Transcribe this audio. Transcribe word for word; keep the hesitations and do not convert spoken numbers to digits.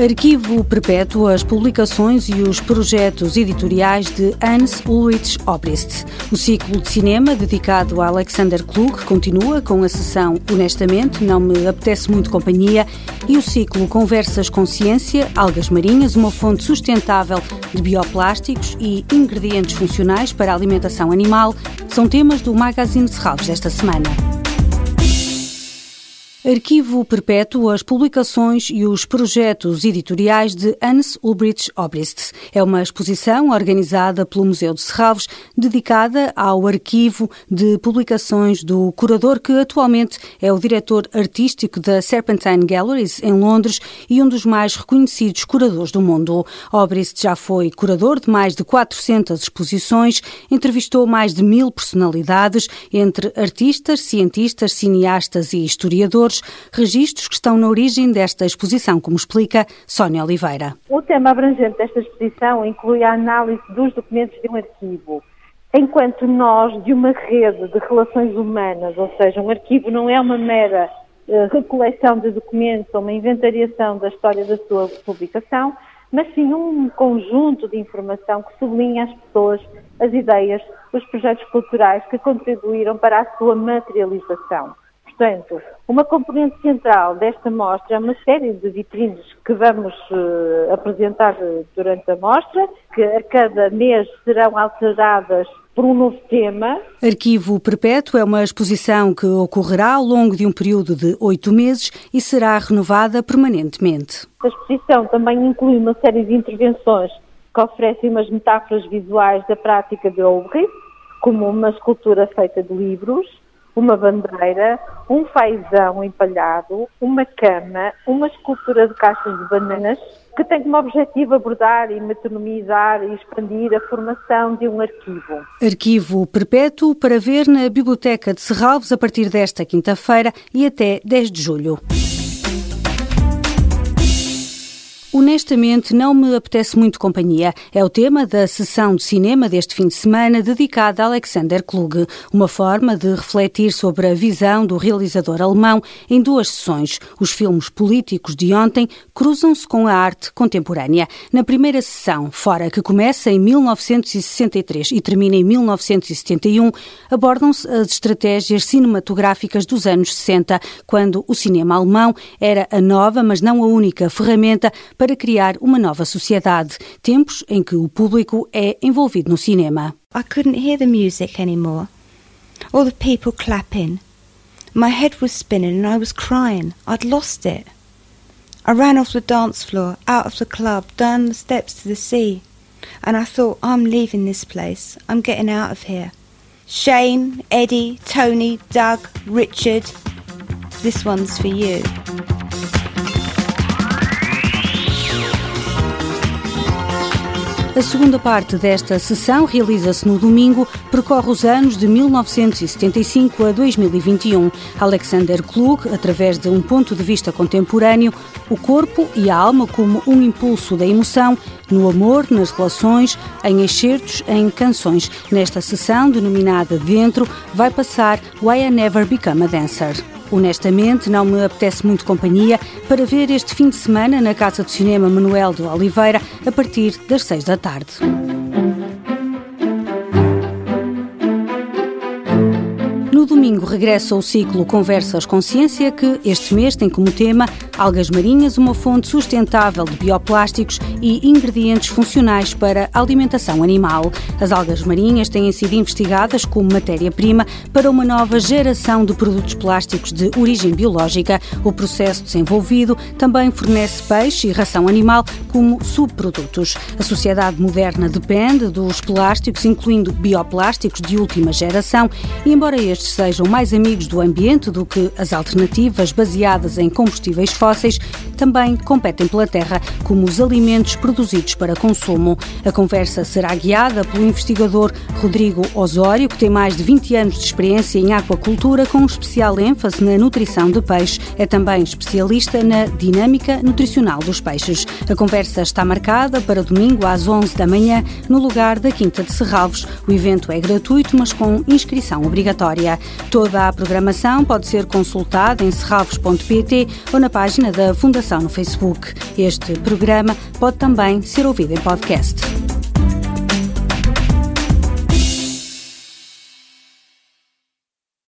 Arquivo Perpétuo, as publicações e os projetos editoriais de Hans Ulrich Obrist. O ciclo de cinema dedicado a Alexander Klug continua com a sessão Honestamente, Não Me Apetece Muito Companhia e o ciclo Conversas com Ciência, Algas Marinhas, uma fonte sustentável de bioplásticos e ingredientes funcionais para a alimentação animal, são temas do Magazine Serralves desta semana. Arquivo Perpétuo, as publicações e os projetos editoriais de Hans Ulrich Obrist. É uma exposição organizada pelo Museu de Serralves, dedicada ao arquivo de publicações do curador que atualmente é o diretor artístico da Serpentine Galleries, em Londres, e um dos mais reconhecidos curadores do mundo. Obrist já foi curador de mais de quatrocentas exposições, entrevistou mais de mil personalidades, entre artistas, cientistas, cineastas e historiadores, registros que estão na origem desta exposição, como explica Sónia Oliveira. O tema abrangente desta exposição inclui a análise dos documentos de um arquivo. Enquanto nós, de uma rede de relações humanas, ou seja, um arquivo não é uma mera uh, recoleção de documentos ou uma inventariação da história da sua publicação, mas sim um conjunto de informação que sublinha as pessoas, as ideias, os projetos culturais que contribuíram para a sua materialização. Portanto, uma componente central desta mostra é uma série de vitrines que vamos uh, apresentar durante a mostra, que a cada mês serão alteradas por um novo tema. Arquivo Perpétuo é uma exposição que ocorrerá ao longo de um período de oito meses e será renovada permanentemente. A exposição também inclui uma série de intervenções que oferecem umas metáforas visuais da prática de Obrist, como uma escultura feita de livros, uma bandeira, um fazão empalhado, uma cama, uma escultura de caixas de bananas, que tem como objetivo abordar e metonimizar e expandir a formação de um arquivo. Arquivo Perpétuo para ver na Biblioteca de Serralves a partir desta quinta-feira e até dez de julho. Honestamente, não me apetece muito companhia. É o tema da sessão de cinema deste fim de semana dedicada a Alexander Klug, uma forma de refletir sobre a visão do realizador alemão em duas sessões. Os filmes políticos de ontem cruzam-se com a arte contemporânea. Na primeira sessão, Fora, que começa em mil novecentos e sessenta e três e termina em mil novecentos e setenta e um, abordam-se as estratégias cinematográficas dos anos sessenta, quando o cinema alemão era a nova, mas não a única ferramenta para criar uma nova sociedade, tempos em que o público é envolvido no cinema. I couldn't hear the music anymore, or the people clapping. My head was spinning and I was crying. I'd lost it. I ran off the dance floor, out of the club, down the steps to the sea, and I thought, I'm leaving this place. I'm getting out of here. Shane, Eddie, Tony, Doug, Richard, this one's for you. A segunda parte desta sessão realiza-se no domingo, percorre os anos de mil novecentos e setenta e cinco a dois mil e vinte e um. Alexander Klug, através de um ponto de vista contemporâneo, o corpo e a alma como um impulso da emoção, no amor, nas relações, em excertos, em canções. Nesta sessão, denominada Dentro, vai passar Why I Never Become a Dancer. Honestamente, não me apetece muito companhia para ver este fim de semana na Casa de Cinema Manuel de Oliveira a partir das seis da tarde. No domingo regressa o ciclo Conversas com Ciência, que este mês tem como tema Algas Marinhas, uma fonte sustentável de bioplásticos e ingredientes funcionais para a alimentação animal. As algas marinhas têm sido investigadas como matéria-prima para uma nova geração de produtos plásticos de origem biológica. O processo desenvolvido também fornece peixe e ração animal como subprodutos. A sociedade moderna depende dos plásticos, incluindo bioplásticos de última geração, e embora estes sejam mais amigos do ambiente do que as alternativas baseadas em combustíveis fósseis, também competem pela terra como os alimentos produzidos para consumo. A conversa será guiada pelo investigador Rodrigo Osório, que tem mais de vinte anos de experiência em aquacultura, com especial ênfase na nutrição de peixe. É também especialista na dinâmica nutricional dos peixes. A conversa está marcada para domingo às onze da manhã, no lugar da Quinta de Serralves. O evento é gratuito, mas com inscrição obrigatória. Toda a programação pode ser consultada em serralves ponto pt ou na página página da Fundação no Facebook. Este programa pode também ser ouvido em podcast.